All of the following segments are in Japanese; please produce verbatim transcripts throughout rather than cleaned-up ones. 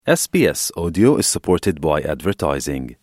エスビーエス Audio is supported by advertising.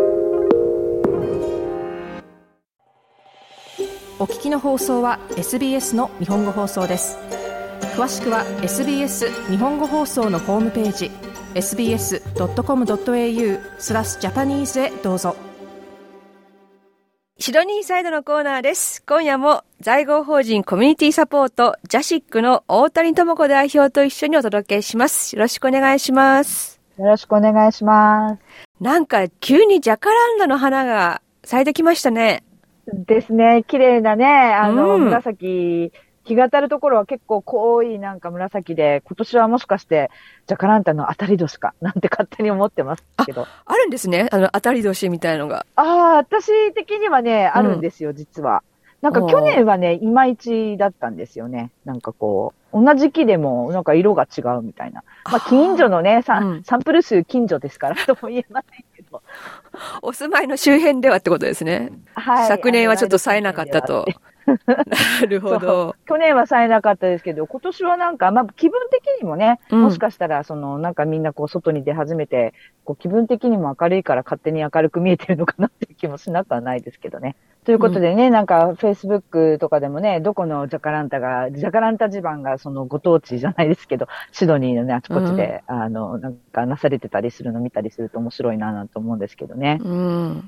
お聞きの放送は エスビーエス の日本語放送です。詳しくは エスビーエス 日本語放送のホームページ エスビーエスドットコムドットエーユー スラスジャパニーズへどうぞ。 シドニーサイドのコーナーです。今夜も在郷法人コミュニティサポートジャシックの大谷智子代表と一緒にお届けします。よろしくお願いします。 よろしくお願いします。 なんか急にジャカランダの花が咲いてきましたね。 ですね。綺麗なね、あの、 うん、 紫、日が当たるところは結構濃いなんか紫で、今年はもしかしてジャカランダの当たり年かなんて勝手に思ってますけど。 あ、あるんですね。あの当たり年みたいのが。 ああ、私的にはね、あるんですよ、うん、実は。なんか去年はね、いまいちだったんですよね。なんかこう、同じ木でもなんか色が違うみたいな。まあ近所のね、サ, うん、サンプル数近所ですからとも言えませんけど。 お住まいの周辺ではってことですね。はい。昨年はちょっと冴えなかったと。なるほど。 去年は冴えなかったですけど、今年はなんか、まあ気分的にもね、うん、もしかしたらそのなんかみんなこう外に出始めて、こう気分的にも明るいから勝手に明るく見えてるのかなっていう気もしなくはないですけどね。ということでね、うん、なんか Facebook とかでもね、どこのジャカランタが、ジャカランタ地盤がそのご当地じゃないですけど、シドニーのね、あちこちで、うん、あの、なんかなされてたりするの見たりすると面白いななんて思うんですけどね。 うん。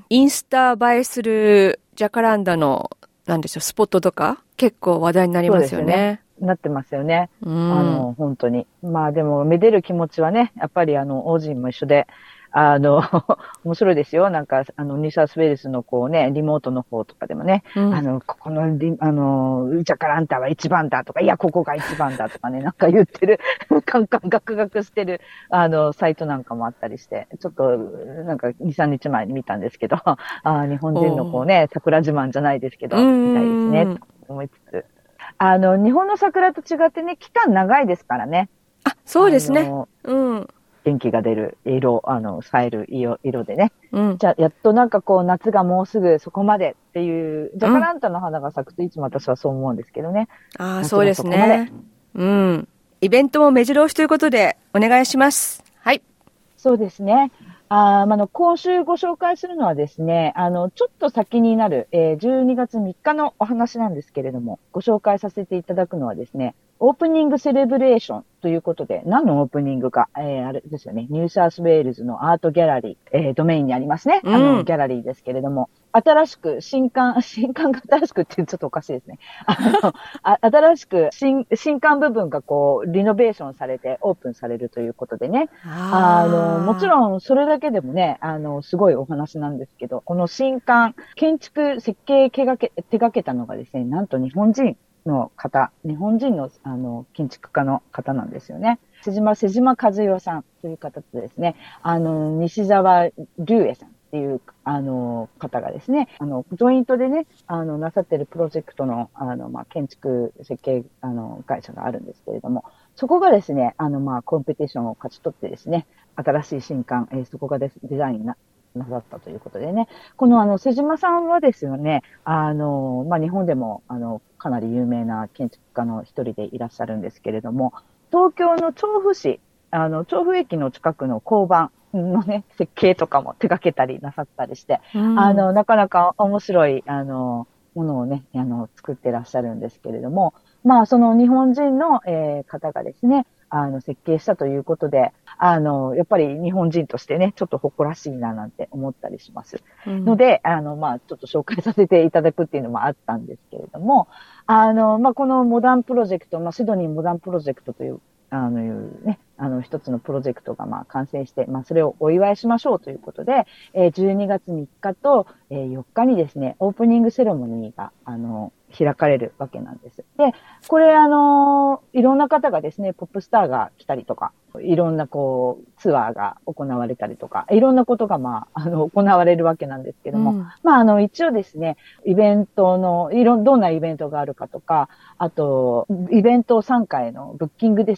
インスタ映えするジャカランダの、なんでしょう、スポットとか結構話題になりますよね。そうですね。 なってますよね。うん、あの、本当に。まあでも、めでる気持ちはね、やっぱりあの、王子も一緒で、あの、面白いですよ。なんか、あの、ニューサウスウェールズのこうね、リモートの方とかでもね、うん、あの、ここのリ、あの、ジャカランタは一番だとか、いや、ここが一番だとかね、なんか言ってる、カンカンガクガクしてる、あの、サイトなんかもあったりして、ちょっと、なんか、に、さんにちまえに見たんですけど、あ日本人のこうね、桜自慢じゃないですけど、みたいですね、と思いつつ。あの、日本の桜と違ってね、期間長いですからね。 あ、そうですね。うん。 元気が出る色、あの、冴える色、色でね。うん。じゃあ、やっとなんかこう、夏がもうすぐそこまでっていう、ジャカランタの花が咲くといつも私はそう思うんですけどね。 うん、ああ、そうですね。うん。イベントも目白押しということで、お願いします。はい。 そうですね。ああの、今週ご紹介するのはですね、あの、ちょっと先になる、えー、じゅうにがつみっかのお話なんですけれども、ご紹介させていただくのはですね、オープニングセレブレーションということで、何のオープニングか、えー、あれですよね、ニューサウスウェールズのアートギャラリー、えー、ドメインにありますね、うん、あの、ギャラリーですけれども、新しく、新刊、新刊が新しくってちょっとおかしいですね。あの、あ新しく新、新刊部分がこう、リノベーションされてオープンされるということでね。あの、もちろんそれだけでもね、あの、すごいお話なんですけど、この新刊、建築設計手がけ、手掛けたのがですね、なんと日本人の方、日本人の、あの、建築家の方なんですよね。瀬島、瀬島和代さんという方とですね、あの、西澤龍恵さんっていう、あの、方がですね、あの、ジョイントでね、あの、なさっているプロジェクトの、あの、まあ、建築設計、あの、会社があるんですけれども、そこがですね、あの、まあ、コンペティションを勝ち取ってですね、新しい新刊、えー、そこがデザインな、なさったということでね。このあの、瀬島さんはですよね、あの、まあ、日本でも、あの、かなり有名な建築家の一人でいらっしゃるんですけれども、東京の調布市、あの、調布駅の近くの交番のね、設計とかも手掛けたりなさったりして、うん、あの、なかなか面白い、あの、ものをね、あの、作ってらっしゃるんですけれども、まあ、その日本人の、えー、方がですね、あの、設計したということで、あの、やっぱり日本人としてね、ちょっと誇らしいななんて思ったりします。うん、ので、あの、まあ、ちょっと紹介させていただくっていうのもあったんですけれども、あの、まあ、このモダンプロジェクト、まあ、シドニーモダンプロジェクトという、あの、いうね、あの、一つのプロジェクトが、まあ、完成して、まあ、それをお祝いしましょうということで、えー、じゅうにがつみっかと、えー、よっかにですね、オープニングセレモニーが、あの、開かれるわけなんです。で、これあの、いろんな方がですね、ポップスターが来たりとか、いろんなこう、ツアーが行われたりとか、いろんなことがまあ、あの、行われるわけなんですけども、うん、まああの、一応ですね、イベントの、いろ、どんなイベントがあるかとか、あと、イベント参加へのブッキングですよね。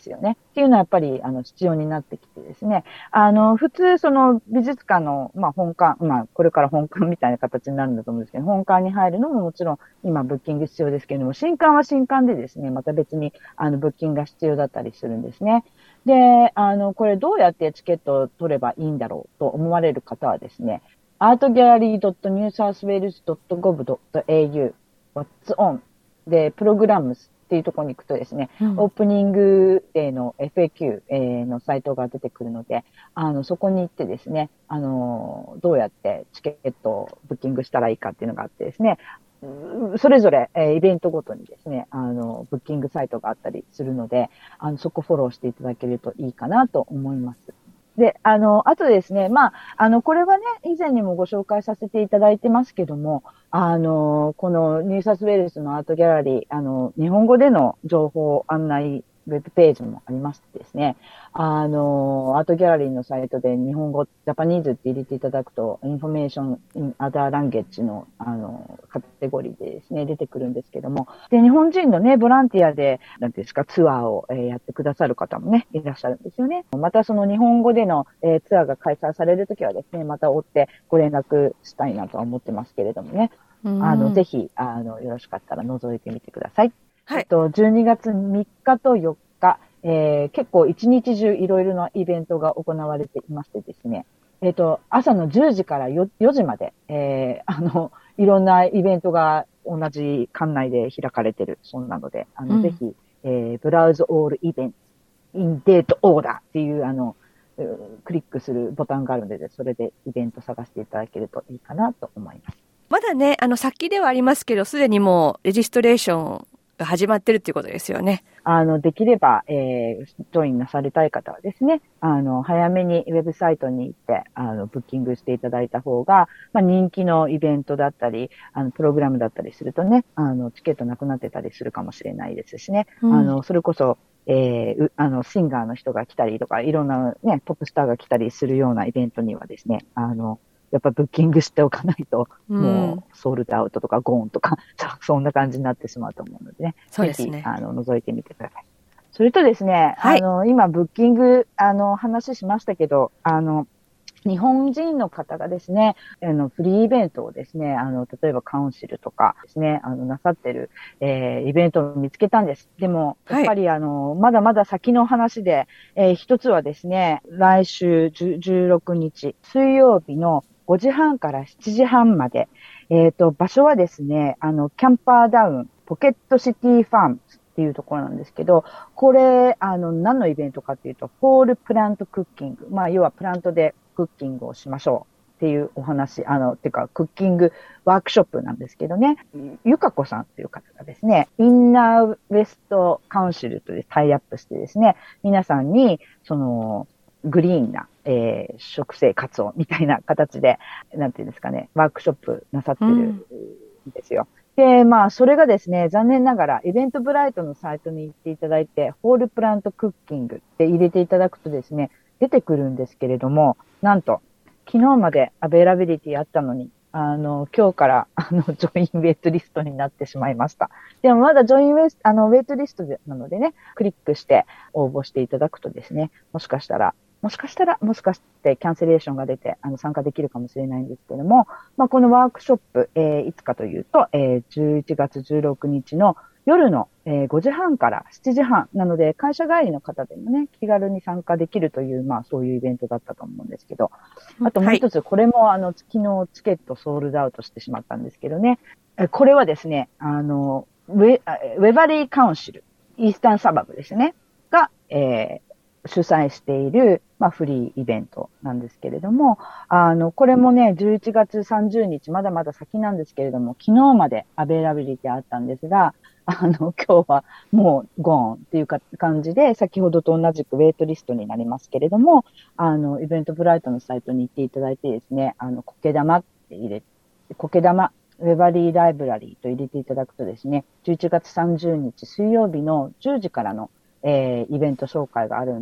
っていうのはやっぱり、あの、必要になってきてですね。あの、普通、その、美術館の、まあ、本館、まあ、これから本館みたいな形になるんだと思うんですけど、本館に入るのももちろん、今、ブッキング必要ですけれども、新館は新館でですね、また別に、あの、ブッキングが必要だったりするんですね。で、あの、これどうやってチケットを取ればいいんだろうと思われる方はですね、アートギャラリー ドット ニューサウスウェールズ ドット ゴブ ドット エーユー What's on で、プログラムスっていうところに行くとですね、うん、オープニングデーの エフエーキュー のサイトが出てくるので、あの、そこに行ってですね、あの、どうやってチケットをブッキングしたらいいかっていうのがあってですね、それぞれ、えー、イベントごとにですね、あの、ブッキングサイトがあったりするので、あの、そこフォローしていただけるといいかなと思います。で、あの、あとですね、まあ、あの、これはね、以前にもご紹介させていただいてますけども、あの、このニューサウスウェールズのアートギャラリー、あの、日本語での情報案内ウェブページもありましてですね、あの、アートギャラリーのサイトで日本語、ジャパニーズって入れていただくと、インフォメーション、インアダーランゲッジの、あの、カテゴリーでですね、出てくるんですけども、で、日本人のね、ボランティアで、なんていうんですか、ツアーを、えー、やってくださる方もね、いらっしゃるんですよね。またその日本語での、えー、ツアーが開催されるときはですね、また追ってご連絡したいなとは思ってますけれどもね、あの、ぜひ、あの、よろしかったら覗いてみてください。はい。えっと、じゅうにがつみっかとよっか、えー、結構一日中いろいろなイベントが行われていましてですね、えっと、朝のじゅうじからよじまで、えー、あの、いろんなイベントが同じ館内で開かれてるそうなので、あの、うん、ぜひ、えー、ブラウズオールイベント、インデートオーダーっていう、あの、クリックするボタンがあるので、それでイベント探していただけるといいかなと思います。 まだね、あの、先ではありますけど、すでにもうレジストレーションが始まってるっていうことですよね。 あの、できれば、えー、ジョインなされたい方はですね、あの、早めにウェブサイトに行って、あの、ブッキングしていただいた方が、まあ、人気のイベントだったり、あの、プログラムだったりするとね、あの、チケットなくなってたりするかもしれないですしね、うん、あの、それこそ、えー、あの、シンガーの人が来たりとか、いろんなね、ポップスターが来たりするようなイベントにはですね、あの、やっぱブッキングしておかないと、もう、ソールドアウトとかゴーンとか、そんな感じになってしまうと思うのでね。 そうですね。 ぜひ、あの、覗いてみてください。それとですね、はい、あの、今、ブッキング、あの、話しましたけど、あの、日本人の方がですね、あの、フリーイベントをですね、あの、例えばカウンシルとかですね、あの、なさってる、えー、イベントを見つけたんです。でも、やっぱり、はい、あの、まだまだ先の話で、えー、一つはですね、来週じゅうろくにち、水曜日のごじはんからしちじはんまで、えっと、場所はですね、あの、キャンパーダウン、ポケットシティファームっていうところなんですけど、これ、あの、何のイベントかっていうと、ホールプラントクッキング。まあ、要はプラントでクッキングをしましょうっていうお話、あの、っていうか、クッキングワークショップなんですけどね、ゆかこさんっていう方がですね、インナーウェストカウンシルとタイアップしてですね、皆さんに、その、グリーンな、えー、食生活をみたいな形で、なんていうんですかね、ワークショップなさってるんですよ。うん、で、まあ、それがですね、残念ながら、イベントブライトのサイトに行っていただいて、ホールプラントクッキングって入れていただくとですね、出てくるんですけれども、なんと、昨日までアベラビリティあったのに、あの、今日から、あの、ジョインウェイトリストになってしまいました。でもまだジョインウェイ、あの、ウェイトリストなのでね、クリックして応募していただくとですね、もしかしたら、もしかしたら、もしかしてキャンセレーションが出て、あの、参加できるかもしれないんですけども、まあ、このワークショップ、えー、いつかというと、えー、じゅういちがつじゅうろくにちの夜の、えー、ごじはんからしちじはんなので、会社帰りの方でもね、気軽に参加できるという、まあ、そういうイベントだったと思うんですけど、あともう一つ、これも、あの、昨日チケットソールドアウトしてしまったんですけどね、これはですね、あの、ウェ、ウェバリーカウンシル、イースタンサバブですね、が、えー、主催している、まあ、フリーイベントなんですけれども、あの、これもね、じゅういちがつさんじゅうにち、まだまだ先なんですけれども、昨日までアベイラビリティあったんですが、あの、今日はもうゴーンっていうか感じで、先ほどと同じくウェイトリストになりますけれども、あの、イベントブライトのサイトに行っていただいてですね、あの、苔玉って入れ、苔玉、ウェバリーライブラリーと入れていただくとですね、じゅういちがつさんじゅうにち水曜日のじゅうじからのえー、イベント紹介があるんで、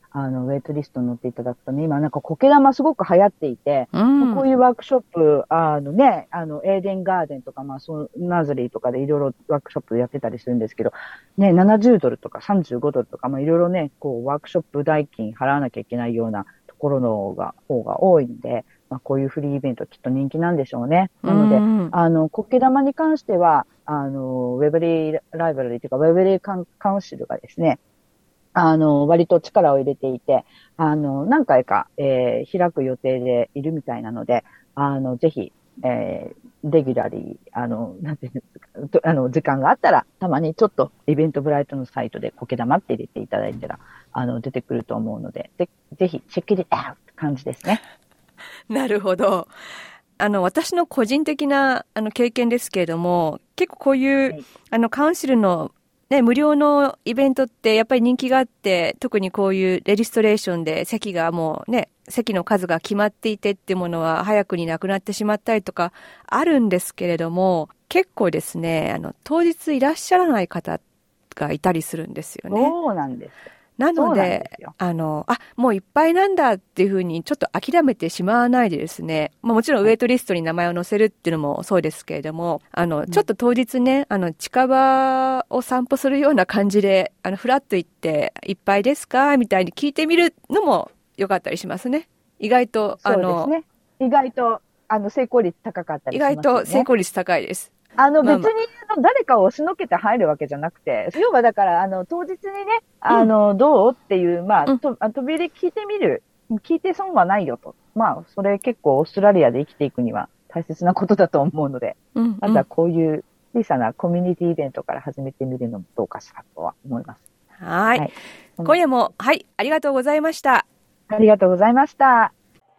あの、ウェイトリストに乗っていただくとね、今なんか苔玉すごく流行っていて、 うん、 こういうワークショップ、あのね、あの、エーデンガーデンとか、まあ、その、ナーザリーとかでいろいろワークショップやってたりするんですけど、ね、ななじゅうドルとかさんじゅうごドルとか、まあ、いろいろね、こう、ワークショップ代金払わなきゃいけないようなところのが、方が多いんで、まあ、こういうフリーイベントきっと人気なんでしょうね。なので、 うん、 あの、苔玉に関しては、あの、ウェブリーライブラリーというか、ウェブリーカウンカウンシルがですね、あの、割と力を入れていて、あの、何回か、えー、開く予定でいるみたいなので、あの、ぜひ、えー、レギュラリー、あの、なんていうんですか、あの、時間があったら、たまにちょっとイベントブライトのサイトで苔玉って入れていただいたら、あの、出てくると思うので、ぜぜひ、チェックイットアウトって感じですね。 なるほど。あの、私の個人的な、あの、経験ですけれども、結構こういう、はい、あの、カウンシルの、ね、無料のイベントってやっぱり人気があって、特にこういうレジストレーションで席がもうね、席の数が決まっていてっていうものは早くになくなってしまったりとかあるんですけれども、結構ですね、あの、当日いらっしゃらない方がいたりするんですよね。 そうなんです。 なので、あの、あ、もういっぱいなんだっていうふうにちょっと諦めてしまわないでですね、まあ、もちろんウェイトリストに名前を載せるっていうのもそうですけれども、あの、ちょっと当日ね、あの、近場を散歩するような感じで、あの、フラッと行って、いっぱいですかみたいに聞いてみるのも良かったりしますね。意外と、あの、 そうですね。意外と、あの、成功率高かったりしますね。 意外と成功率高いです。 あの、別に、誰かを押しのけて入るわけじゃなくて、要はだから、あの、当日にね、あの、うん、どうっていう、まあ、うん、と、飛び入り聞いてみる。聞いて損はないよと。まあ、それ結構オーストラリアで生きていくには大切なことだと思うので、うんうん、まずはこういう小さなコミュニティイベントから始めてみるのもどうかしらとは思います。 はい。はい、今夜も、はい、ありがとうございました。 ありがとうございました。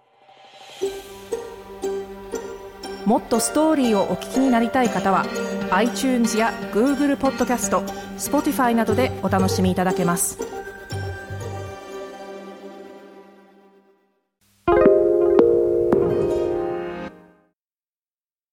もっとストーリーをお聞きになりたい方は iTunes や Google ポッドキャスト、Spotify などでお楽しみいただけます。